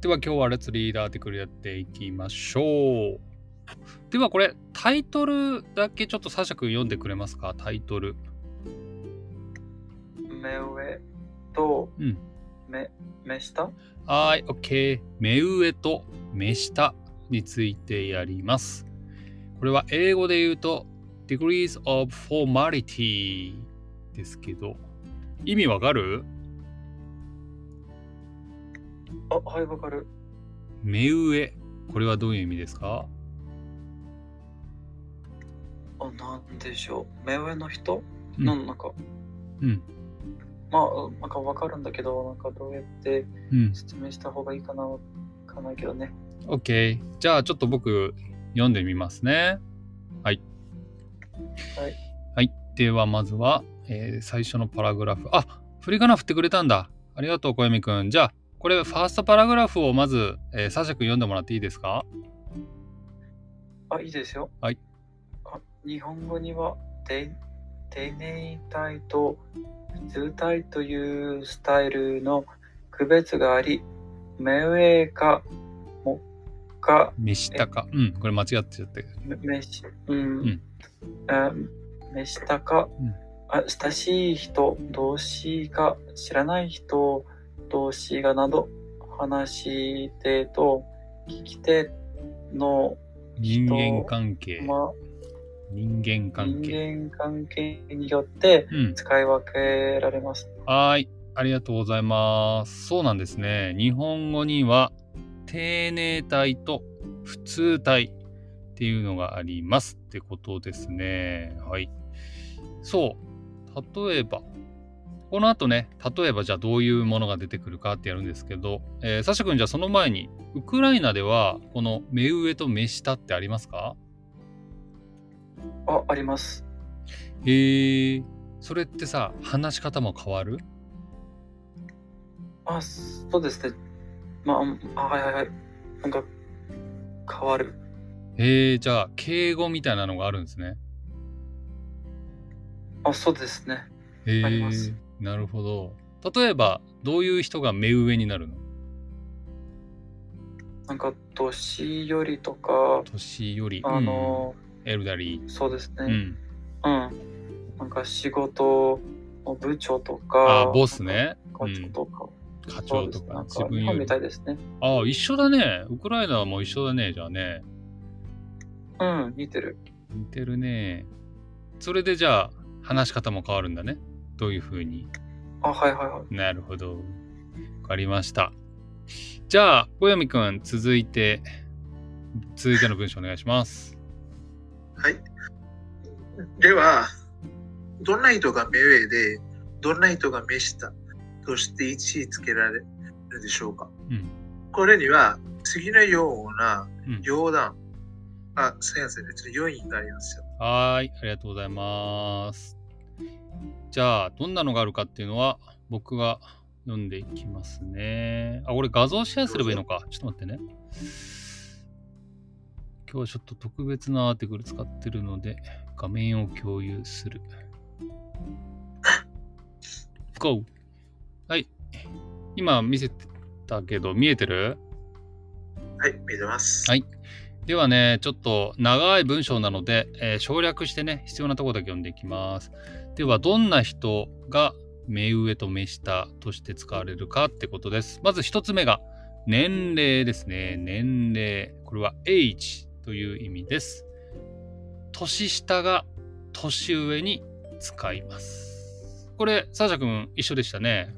では今日はレッツリーダーテクルやっていきましょう。ではこれタイトルだけちょっとサシャ君読んでくれますか？タイトル。 目上と目下？ はい、OK。目上と目下についてやります。これは英語で言うと Degrees of Formality ですけど、意味わかる？ はい、わかる。 目上、これはどういう意味ですか？ なんでしょう。目上の人？ なんか、 まあ、なんかわかるんだけど、なんかどうやって説明した方がいいかな、わかんないけどね。 OK。じゃあちょっと僕読んでみますね。はい。はい。ではまずは、最初のパラグラフ。振り仮名振ってくれたんだ。ありがとう、小読くん。じゃあ、これファーストパラグラフをまず、サシャ君読んでもらっていいですか？ いいですよ。 はい。 日本語には丁寧体と普通体というスタイルの区別があり、目上か目か目下か。これ間違ってちゃったけど。 目下か、親しい人同士か知らない人同士がなど、話し手と聞き手の人間関係によって使い分けられます。 はい、ありがとうございます。そうなんですね。日本語には丁寧体と普通体っていうのがありますってことですね。はい。そう。例えば、この後ね、例えばじゃあどういうものが出てくるかってやるんですけど、サシャ君じゃあその前に、ウクライナではこの目上と目下ってありますか？ あります。 それってさ、話し方も変わる？ そうですね。はい。なんか変わる。 じゃあ敬語みたいなのがあるんですね。 そうですね。あります。 なるほど。例えばどういう人が目上になるの？ なんか年寄りとか。 年寄り。エルダリー。 そうですね。なんか仕事の部長とか。 ボスね。 課長とか。 課長とか自分よりみたいですね。 一緒だね。ウクライナも一緒だね。じゃあね。 似てるね。それでじゃあ話し方も変わるんだね。どういう風に。 はい。 なるほど。わかりました。じゃあ小読くん続いての文章お願いします。 はい。では、どんな人が目上でどんな人が目下として位置つけられるでしょうか？これには次のような要因がありますよ。 はい、ありがとうございます。じゃあどんなのがあるかっていうのは僕が読んでいきますね。これ画像シェアすればいいのか。ちょっと待ってね。今日はちょっと特別なアーティクル使ってるので画面を共有する。GO! はい。今見せたけど見えてる？ はい、見えてます。 はい。ではね、ちょっと長い文章なので、省略してね、必要なところだけ読んでいきます。では、どんな人が目上と目下として使われるかってことです。まず一つ目が年齢ですね。年齢。これは age という意味です。年下が年上に使います。これ、サーシャ君一緒でしたね。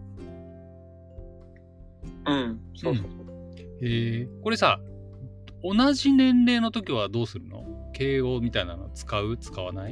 そう。 これさ、同じ年齢の時はどうするの？敬語みたいなの使わない？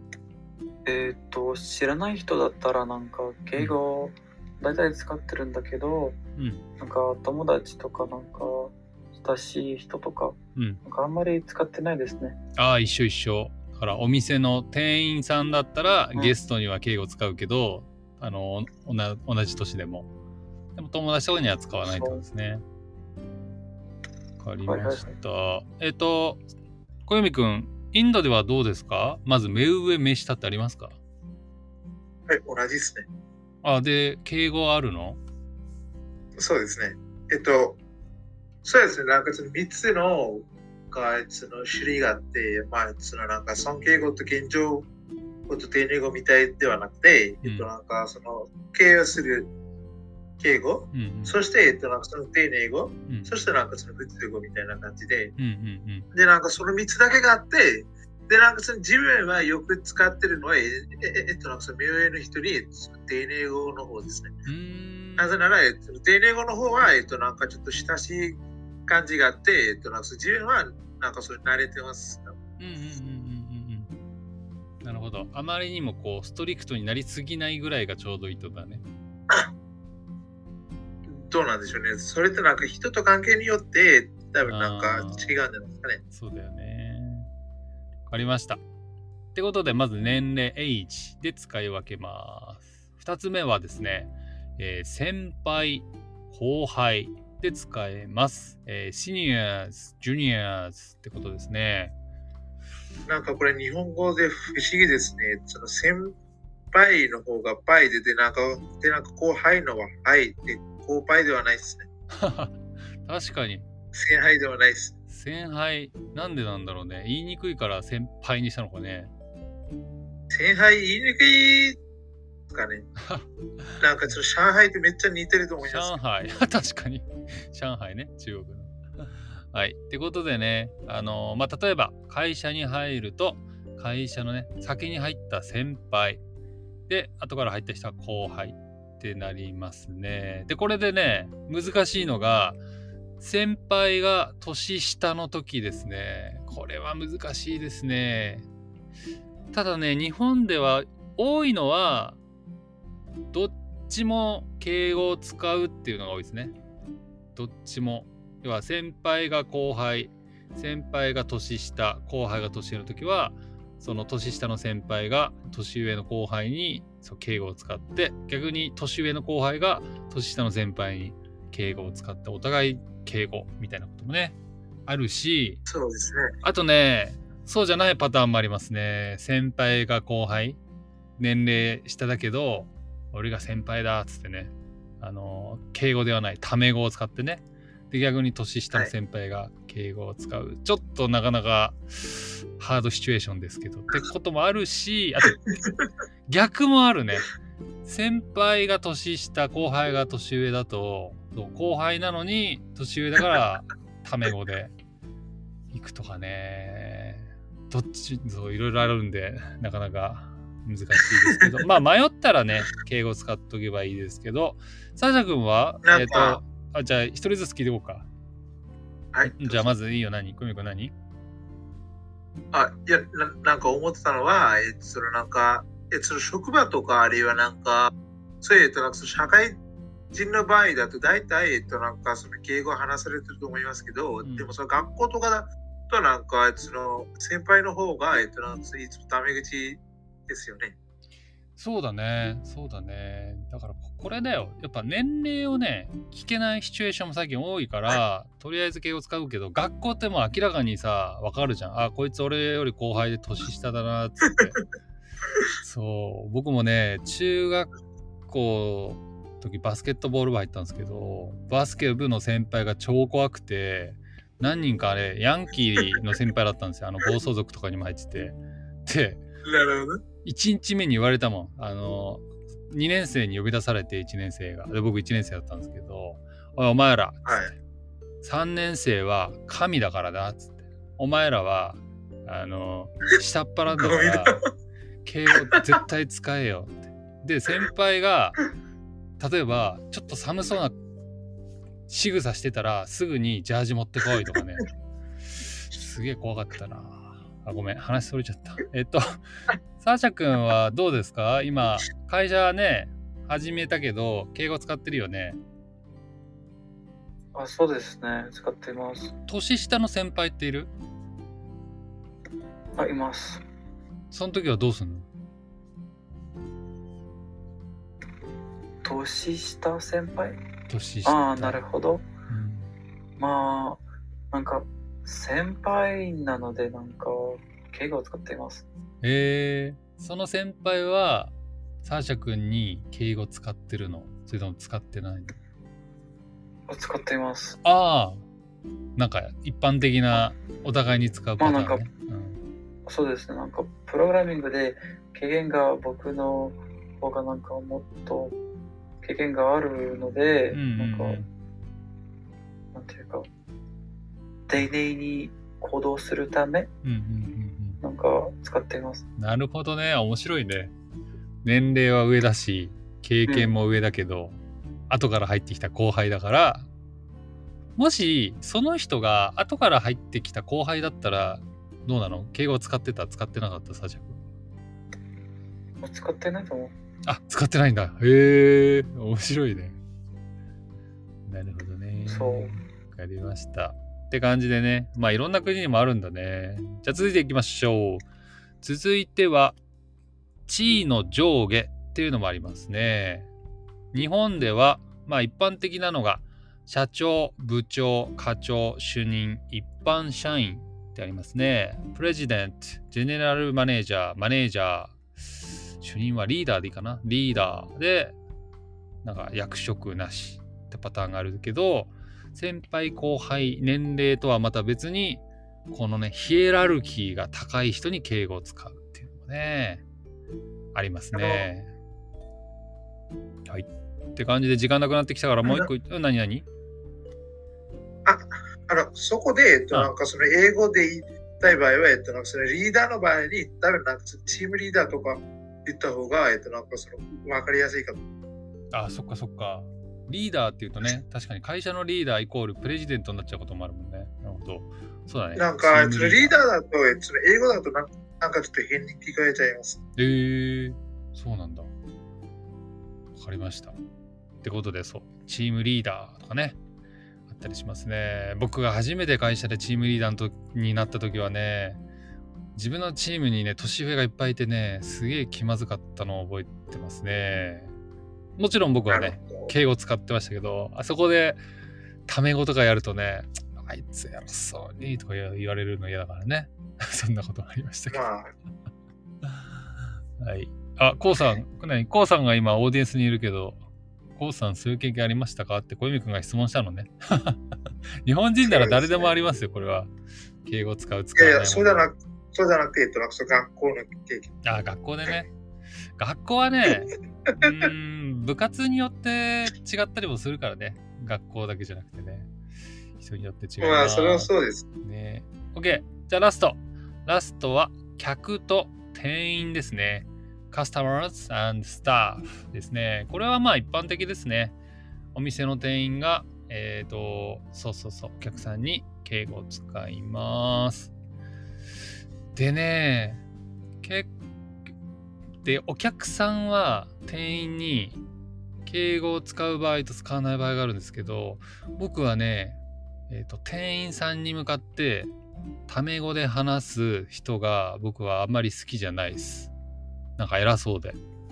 知らない人だったらなんか敬語大体使ってるんだけど、なんか友達とかなんか親しい人とか、なんかあんまり使ってないですね。 一緒。だからお店の店員さんだったらゲストには敬語使うけど、同じ年でも友達とかには使わないってことですね。わかりました。小読くん、インドではどうですか？まず目上目下ってありますか？ はい、同じですね。 で、敬語あるの？ そうですね。 そうですね、なんかその3つのその種類があって、まあ、そのなんか尊敬語と謙譲語と丁寧語みたいではなくて、なんかその敬愛する敬語、そして、なんかその丁寧語、そしてなんかその普通語みたいな感じで、で、なんかその3つだけがあって、で、なんかその自分はよく使ってるのは、なんかその目上の人に丁寧語の方ですね。なぜなら、丁寧語の方は、なんかちょっと親しい感じがあって、なんか自分はなんかそれ慣れてます。 なるほど。あまりにもこうストリクトになりすぎないぐらいがちょうどいいとだね。 どうなんでしょうね。それってなんか人と関係によって多分なんか違うんじゃないですかね。 そうだよね。わかりました。ってことで、まず年齢 age で使い分けます。2つ目はですね、先輩、後輩で使えます。seniors、juniors ってことですね。 なんかこれ日本語で不思議ですね。その先輩の方がパイで、なんか後輩のははいで、後輩ではないですね。 確かに。 先輩ではないです。 先輩、なんでなんだろうね。言いにくいから先輩にしたのかね。 先輩言いにくいですかね。なんかちょっと上海ってめっちゃ似てると思います。 上海、確かに。上海ね、中国の。はい。ってことでね、まあ、例えば会社に入ると、会社のね、先に入った先輩で、後から入った人は後輩ってなりますね。で、これでね、難しいのが、先輩が年下の時ですね。これは難しいですね。ただね、日本では多いのは、どっちも敬語を使うっていうのが多いですね。どっちも。要は先輩が後輩、先輩が年下、後輩が年上の時は、その年下の先輩が年上の後輩に敬語を使って、逆に年上の後輩が年下の先輩に敬語を使って、お互い敬語みたいなこともね、あるし、 そうですね。 あとね、そうじゃないパターンもありますね。先輩が後輩、年齢下だけど、俺が先輩だっつってね、敬語ではないタメ語を使ってね、で逆に年下の先輩が敬語を使う、はい、ちょっとなかなかハードシチュエーションですけどってこともあるし、あと逆もあるね。先輩が年下、後輩が年上だと、後輩なのに年上だからタメ語で行くとかね、どっちそういろいろあるんでなかなか難しいですけど、まあ迷ったらね敬語使っとけばいいですけど、サーシャ君はじゃあ一人ずつ聞いていこうか。 はい。 じゃあまずいいよ、何？久美子何？ いやなんか思ってたのは、そのなんかその職場とかあるいはなんかそういうなんか社会人の場合だと大体なんかその敬語話されてると思いますけど、でもその学校とかだとなんかその先輩の方がなんかいつもタメ口ですよね。 そうだね。だからこれだよ。やっぱ年齢をね、聞けないシチュエーションも最近多いから、はい、とりあえず敬語使うけど、学校ってもう明らかにさ、わかるじゃん。あ、こいつ俺より後輩で年下だな、つって。そう、僕もね、中学校の時バスケットボール部入ったんですけど、バスケ部の先輩が超怖くて、何人かヤンキーの先輩だったんですよ。暴走族とかにも入ってて。で、 なるほど。 1日目に言われたもん。2年生に呼び出されて、1年生が。で、僕1年生だったんですけど、お前ら、 はい、 3年生は神だからだ、つって。お前らは、下っ腹だから、敬語絶対使えよって。で、先輩が、例えば、ちょっと寒そうな仕草してたら、すぐにジャージ持ってこいとかね。すげえ怖かったな。あ、ごめん、話それちゃった。サーシャ君はどうですか？今、会社ね、始めたけど、敬語使ってるよね。 あ、そうですね。使っています。 年下の先輩っている？ あ、います。 その時はどうすんの？ 年下先輩？ 年下。 ああ、なるほど。まあ、なんか、先輩なので、なんか、敬語を使っています。 その先輩は、サーシャ君に敬語使ってるの？それとも使ってないの？ 使っています。 ああ、 なんか一般的なお互いに使うパターンね。 そうですね。なんかプログラミングで経験が僕の方がなんかもっと経験があるので、なんかなんていうか丁寧に行動するため、なんか使っています。 なるほどね。面白いね。年齢は上だし経験も上だけど、後から入ってきた後輩だから、もしその人が後から入ってきた後輩だったらどうなの？敬語を使ってた？使ってなかった？サジャ君。 使ってないと思う。 あ、使ってないんだ。へえ、面白いね。なるほどね。 そう。 わかりました。って感じでね、まあいろんな国にもあるんだね。じゃあ続いていきましょう。続いては地位の上下っていうのもありますね。日本ではまあ一般的なのが社長、部長、課長、主任、一般社員ってありますね。プレジデント、ジェネラルマネージャー、マネージャー、主任はリーダーでいいかな？リーダーで、なんか役職なしってパターンがあるけど、先輩後輩、年齢とはまた別に、このね、ヒエラルキーが高い人に敬語を使うっていうのもね、ありますね。はい。って感じで時間なくなってきたからもう一個、何？ そこで、なんかその英語で言いたい場合は、なんかそのリーダーの場合に、多分なんかチームリーダーとか言った方が、なんかその分かりやすいかと。 あ、そっかそっか。リーダーっていうとね、確かに会社のリーダーイコールプレジデントになっちゃうこともあるもんね。なるほど。そうだね。 なんか、そのリーダーだと、その英語だとなんかちょっと変に聞こえちゃいます。 そうなんだ。わかりました。ってことで、そう、チームリーダーとかね、あったりしますね。僕が初めて会社でチームリーダーになった時はね、自分のチームにね、年上がいっぱいいてね、すげえ気まずかったのを覚えてますね。もちろん僕はね、敬語使ってましたけど、あそこでタメ語とかやるとね、あいつやろそうにとか言われるの嫌だからね。そんなこともありましたけど。はい。あ、コウさんが今オーディエンスにいるけど、コウさんそういう経験ありましたかって小泉くんが質問したのね。日本人なら誰でもありますよ、これは。敬語使う、使わない。 そうじゃなくて、学校の経験。 あ、学校でね。学校はね、部活によって違ったりもするからね。学校だけじゃなくてね。人によって違うな。 まあ、それはそうです。 ね。OK。じゃあラスト。ラストは客と店員ですね。Customers and Staff ですね。これはまあ一般的ですね。お店の店員が、そう、お客さんに敬語を使います。でね、お客さんは店員に敬語を使う場合と使わない場合があるんですけど、僕はね、店員さんに向かってタメ語で話す人が僕はあんまり好きじゃないです。なんか偉そうで。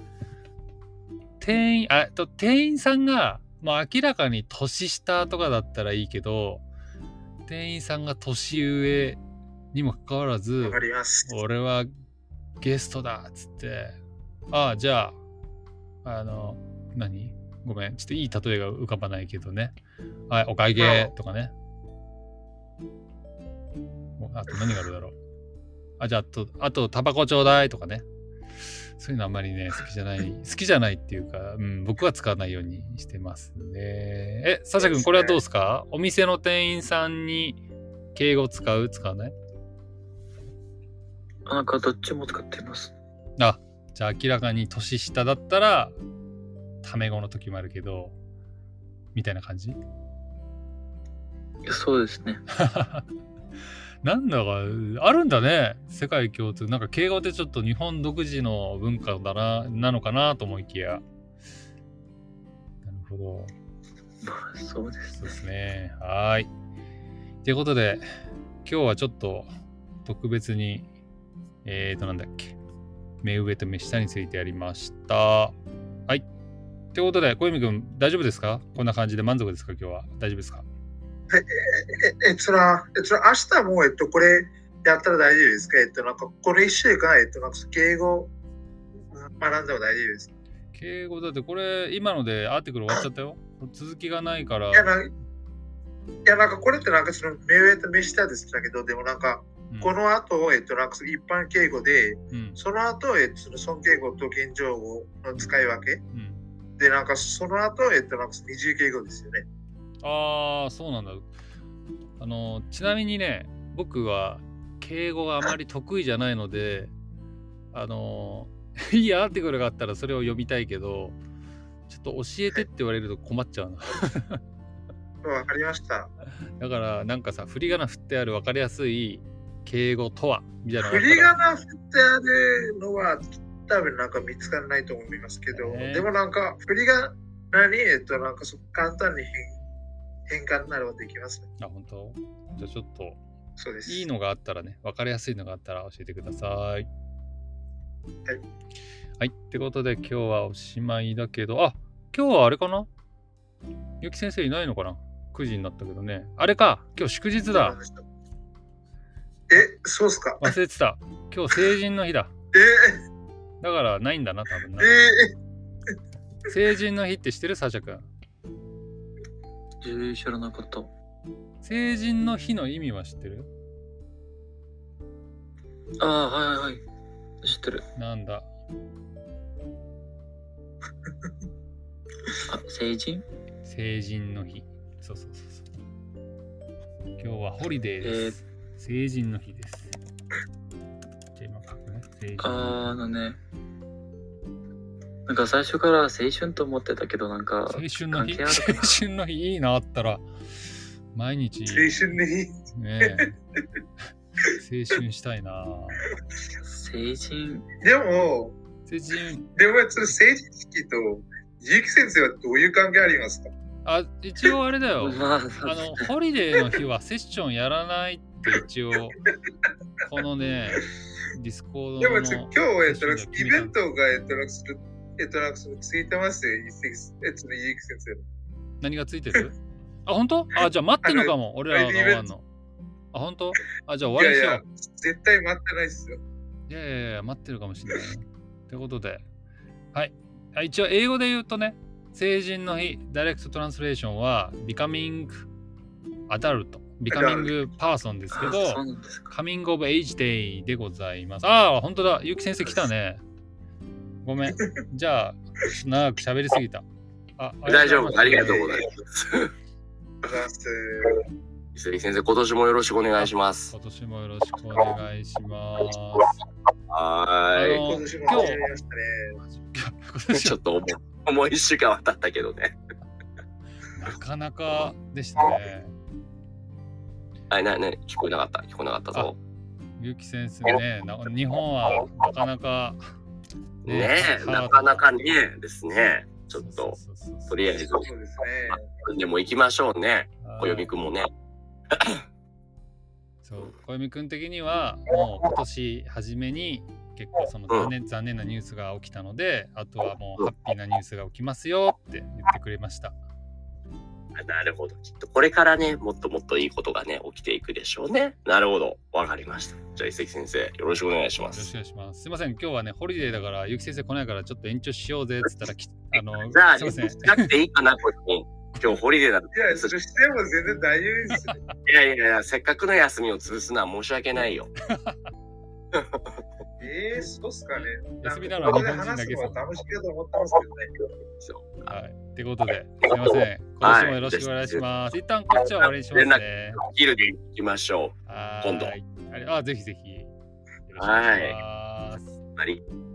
店員さんが、まあ明らかに年下とかだったらいいけど、店員さんが年上にもかかわらず、俺はゲストだっつって、じゃあ、ごめん、ちょっといい例えが浮かばないけどね。はい、お会計とかね。あと何があるだろう。じゃあ、あとタバコちょうだいとかね。そういうのあんまりね、好きじゃないっていうか、僕は使わないようにしてますね。サシャ君、これはどうですか？お店の店員さんに敬語使わない？ なんかどっちも使っています。 じゃあ明らかに年下だったら、タメ語の時もあるけど、みたいな感じ？ そうですね。 なんだかあるんだね、世界共通。なんか敬語ってちょっと日本独自の文化なのかなと思いきや。なるほど。 そうですね。はい。ということで、今日はちょっと特別に、なんだっけ。目上と目下についてやりました。はい。ということで、小泉くん、大丈夫ですか？こんな感じで満足ですか？今日は。大丈夫ですか？ 明日も、これやったら大丈夫ですか？なんかこれ1週間、なんか敬語学んでも大丈夫ですか？ 敬語だってこれ、今のでアーティクル終わっちゃったよ。続きがないから。 いや、なんかこれってなんかその目上と目下でしたけど、でもなんか、この後、なんか一般敬語で、その後、その尊敬語と謙譲語の使い分け、で、なんかその後、なんか二重敬語ですよね。 ああ、そうなんだ。ちなみにね、僕は敬語があまり得意じゃないので、いいアーティクルがあったらそれを読みたいけど、ちょっと教えてって言われると困っちゃうな。 わかりました。 だからなんかさ、振り仮名振ってある分かりやすい敬語とはみたいなのがあ振り仮名振ってあるのは多分なんか見つからないと思いますけど、でもなんか振り仮名になんか簡単に変換ならできますね。 あ、本当？じゃあちょっとそうです。 いいのがあったらね、分かりやすいのがあったら教えてください。はい。はい。ってことで今日はおしまいだけど、あ、今日はあれかな？ゆき先生いないのかな？9時になったけどね。あれか、今日祝日だ。 そうっすか。 忘れてた。今日成人の日だ。だからないんだな、多分な。成人の日って知ってる？サーチャ君。 知らなかった。 成人の日の意味は知ってる？ ああ、はいはい。知ってる。 なんだ？ あ、成人？ 成人の日。そうそうそうそう。今日はホリデーです。成人の日です。じゃあ今書くね。成人の日。 ね。なんか最初から青春と思ってたけど、なんか青春の日、青春の日いいなあったら毎日青春の日ねえ青春したいな。 成人でもその成人式とゆき先生はどういう関係ありますか？ あ、一応あれだよ。ホリデーの日はセッションやらないって一応このねディスコードのでも今日イベントがついてますよ。ゆき先生の何がついてる？あ、本当？あ、じゃあ待ってんのかも。俺らが終わんの。あ、本当？あ、じゃあ終わりにしよう。 いや絶対待ってないっすよ。 いや待ってるかもしれない。ということで、はい。一応英語で言うとね、成人の日、ダイレクトトランスレーションは becoming adult、becoming person ですけど、coming of age day でございます。ああ、本当だ。ゆき先生来たね。ごめん。じゃあ、長く喋りすぎた。 大丈夫。ありがとうございます。磯木先生、今年もよろしくお願いします。 今年もよろしくお願いします。 今年も始まりましたね。 ちょっと重い1週間は経ったけどね。 なかなかでしたね。 聞こえなかったぞ。 ゆき先生ね、日本はなかなかなかなかねですね。ちょっととりあえずでも行きましょうね。小読くんもね。 そう、小読くん的にはもう今年初めに結構その残念なニュースが起きたので、あとはもうハッピーなニュースが起きますよって言ってくれました。 なるほど。きっとこれからね、もっともっといいことがね、起きていくでしょうね。なるほど。わかりました。じゃあ、磯木先生、よろしくお願いします。 よろしくお願いします。すいません、今日はね、ホリデーだから、ゆき先生来ないからちょっと延長しようぜって言ったら、 じゃあ、すいません。しなくていいかな、これに。今日ホリデーだって。 いや、そしても全然大丈夫です。 いや、せっかくの休みを潰すのは申し訳ないよ。 そうっすかね。 休みなのは日本人だけです。 楽しいと思ってますけどね。 はい。ってことで、すいません。今年もよろしくお願いします。一旦こっちは終わりにしますね。 昼で行きましょう。今度。 ぜひぜひ。よろしくお願いします。 はい。